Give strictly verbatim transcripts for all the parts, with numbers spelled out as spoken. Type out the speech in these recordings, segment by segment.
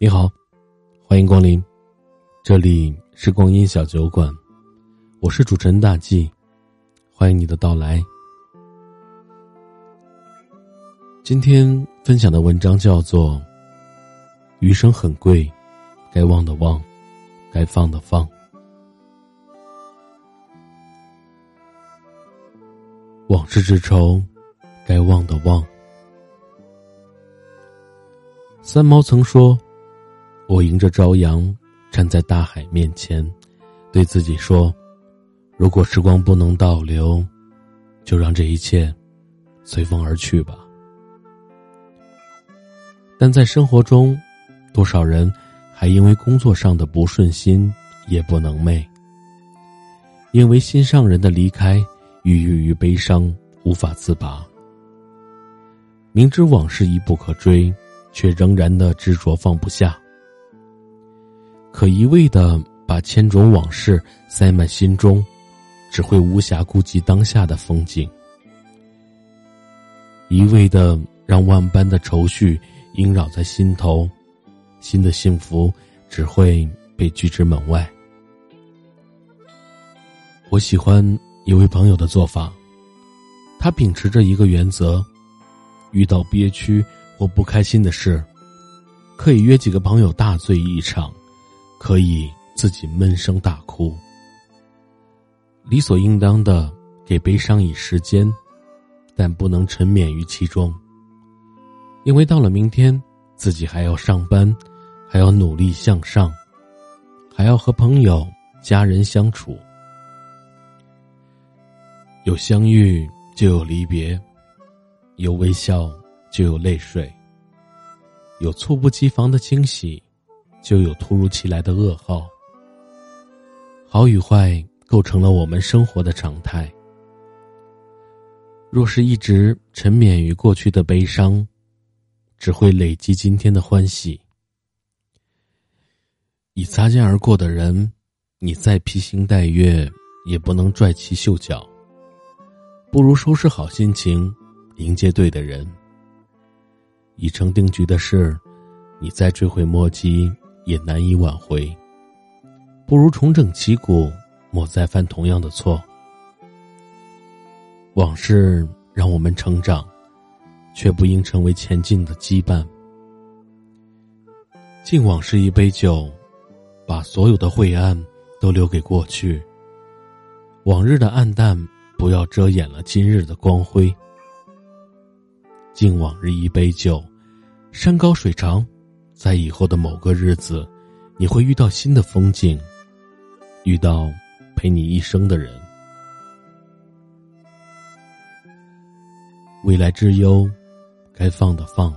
你好，欢迎光临，这里是光阴小酒馆，我是主持人大 G， 欢迎你的到来。今天分享的文章叫做余生很贵，该忘的忘，该放的放。往事之愁，该忘的忘。三毛曾说，我迎着朝阳站在大海面前，对自己说，如果时光不能倒流，就让这一切随风而去吧。但在生活中，多少人还因为工作上的不顺心夜不能寐，因为心上人的离开郁郁于悲伤无法自拔，明知往事已不可追，却仍然的执着放不下，可一味的把千种往事塞满心中，只会无暇顾及当下的风景，一味的让万般的愁绪萦绕在心头，新的幸福只会被拒之门外。我喜欢一位朋友的做法，他秉持着一个原则，遇到憋屈或不开心的事，可以约几个朋友大醉一场，可以自己闷声大哭，理所应当的给悲伤以时间，但不能沉湎于其中，因为到了明天自己还要上班，还要努力向上，还要和朋友家人相处。有相遇就有离别，有微笑就有泪水，有猝不及防的惊喜，就有突如其来的噩耗。好与坏构成了我们生活的常态，若是一直沉湎于过去的悲伤，只会累积今天的欢喜。已擦肩而过的人，你再披星戴月也不能拽其袖角，不如收拾好心情，迎接对的人。已成定局的事，你再追悔莫及也难以挽回，不如重整旗鼓，莫再犯同样的错。往事让我们成长，却不应成为前进的羁绊。敬往事一杯酒，把所有的晦暗都留给过去，往日的暗淡不要遮掩了今日的光辉。敬往日一杯酒，山高水长，在以后的某个日子，你会遇到新的风景，遇到陪你一生的人。未来之忧，该放的放。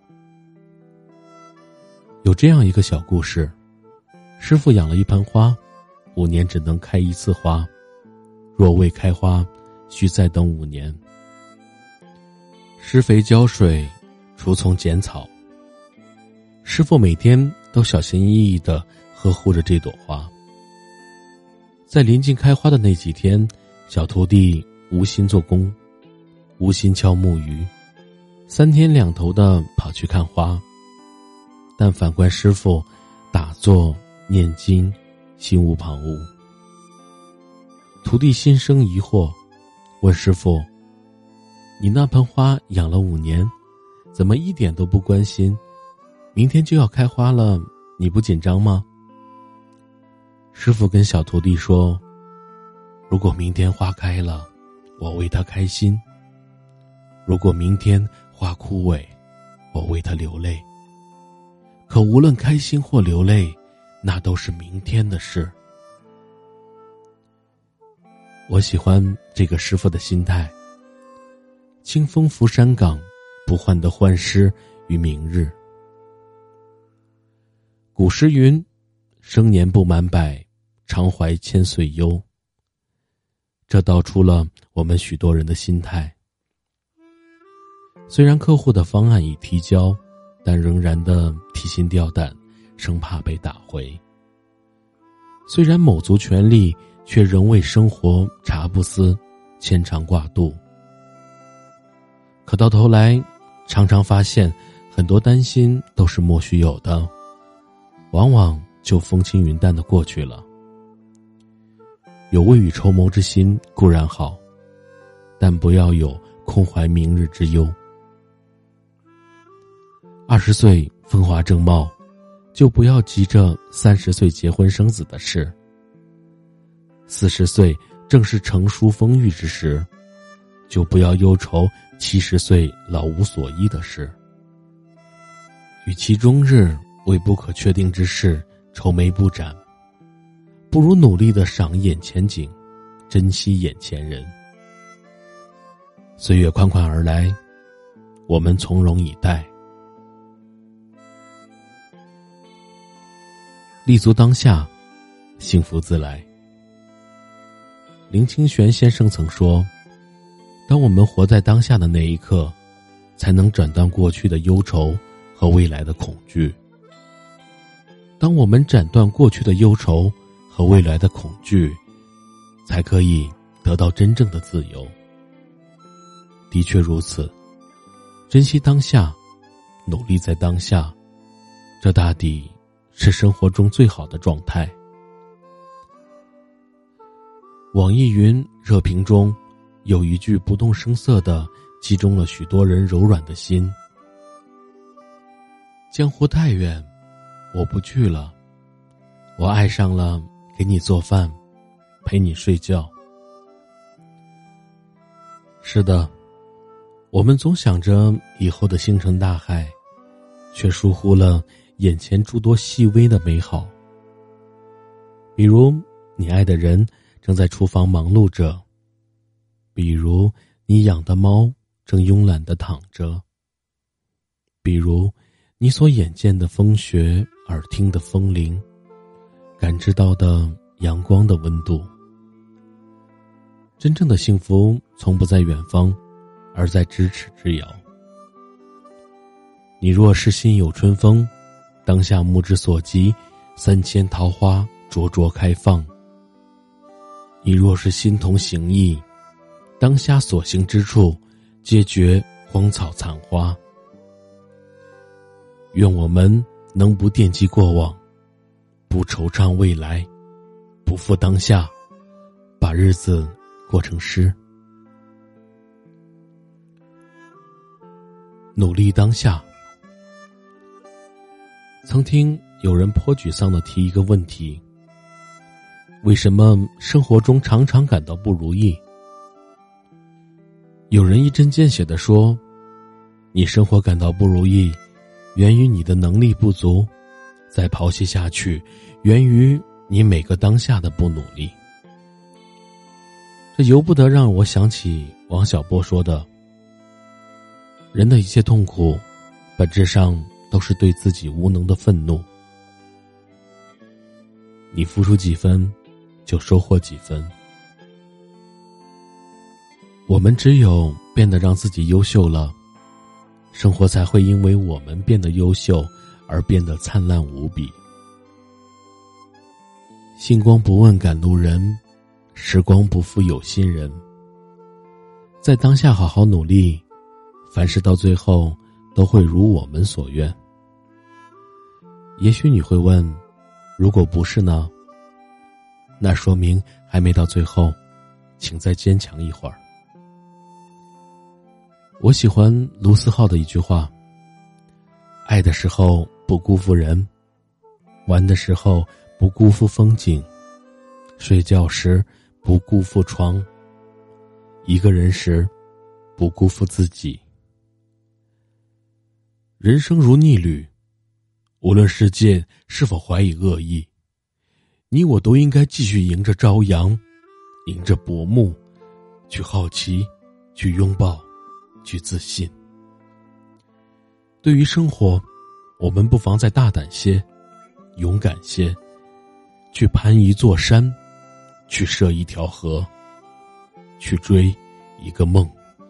有这样一个小故事，师傅养了一盆花，五年只能开一次花，若未开花，需再等五年。施肥浇水，除虫剪草，师傅每天都小心翼翼地呵护着这朵花。在临近开花的那几天，小徒弟无心做工，无心敲木鱼，三天两头地跑去看花，但反观师傅打坐念经，心无旁骛。徒弟心生疑惑，问师傅，你那盆花养了五年，怎么一点都不关心？明天就要开花了，你不紧张吗？师傅跟小徒弟说，如果明天花开了，我为他开心；如果明天花枯萎，我为他流泪。可无论开心或流泪，那都是明天的事。我喜欢这个师傅的心态，清风拂山岗，不患得患失于明日。古诗云，生年不满百，常怀千岁忧。这道出了我们许多人的心态。虽然客户的方案已提交，但仍然的提心吊胆，生怕被打回。虽然卯足全力，却仍为生活茶不思，牵肠挂肚。可到头来，常常发现很多担心都是莫须有的， 往往就风轻云淡地过去了。有未雨绸缪之心固然好，但不要有空怀明日之忧。二十岁风华正茂，就不要急着三十岁结婚生子的事。四十岁正是成熟丰裕之时，就不要忧愁七十岁老无所依的事。与其终日为不可确定之事愁眉不展，不如努力地赏眼前景，珍惜眼前人。岁月款款而来，我们从容以待。立足当下，幸福自来。林清玄先生曾说，当我们活在当下的那一刻，才能斩断过去的忧愁和未来的恐惧。当我们斩断过去的忧愁和未来的恐惧，才可以得到真正的自由。的确如此，珍惜当下，努力在当下，这大抵是生活中最好的状态。网易云热评中有一句不动声色地击中了许多人柔软的心：江湖太远，我不去了，我爱上了给你做饭，陪你睡觉。是的，我们总想着以后的星辰大海，却疏忽了眼前诸多细微的美好。比如你爱的人正在厨房忙碌着，比如你养的猫正慵懒地躺着，比如你所眼见的风雪，耳听的风铃，感知到的阳光的温度。真正的幸福从不在远方，而在咫尺之遥。你若是心有春风，当下目之所及，三千桃花灼灼开放。你若是心同行意，当下所行之处，皆觉荒草残花。愿我们能不惦记过往，不惆怅未来，不负当下，把日子过成诗。努力当下。曾听有人颇沮丧地提一个问题：为什么生活中常常感到不如意？有人一针见血地说，你生活感到不如意，源于你的能力不足，再剖析下去，源于你每个当下的不努力。这由不得让我想起王小波说的，人的一切痛苦本质上都是对自己无能的愤怒。你付出几分，就收获几分。我们只有变得让自己优秀了，生活才会因为我们变得优秀而变得灿烂无比。星光不问赶路人，时光不负有心人。在当下好好努力，凡事到最后都会如我们所愿。也许你会问，如果不是呢？那说明还没到最后，请再坚强一会儿。我喜欢卢思浩的一句话：爱的时候不辜负人，玩的时候不辜负风景，睡觉时不辜负床，一个人时不辜负自己。人生如逆旅，无论世界是否怀以恶意，你我都应该继续迎着朝阳，迎着薄暮，去好奇，去拥抱，去自信。对于生活，我们不妨再大胆些，勇敢些，去攀一座山，去涉一条河，去追一个梦。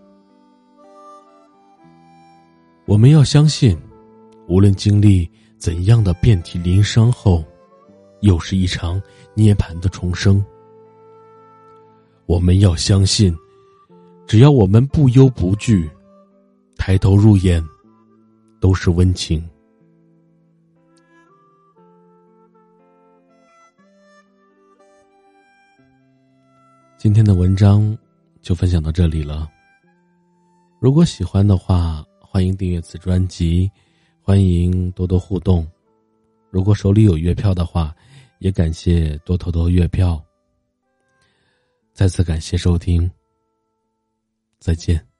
我们要相信，无论经历怎样的遍体鳞伤后，又是一场涅槃的重生。我们要相信，只要我们不忧不惧，抬头入眼都是温情。 今天的文章就分享到这里了。如果喜欢的话，欢迎订阅此专辑，欢迎多多互动。如果手里有月票的话，也感谢多投投月票。再次感谢收听，再见。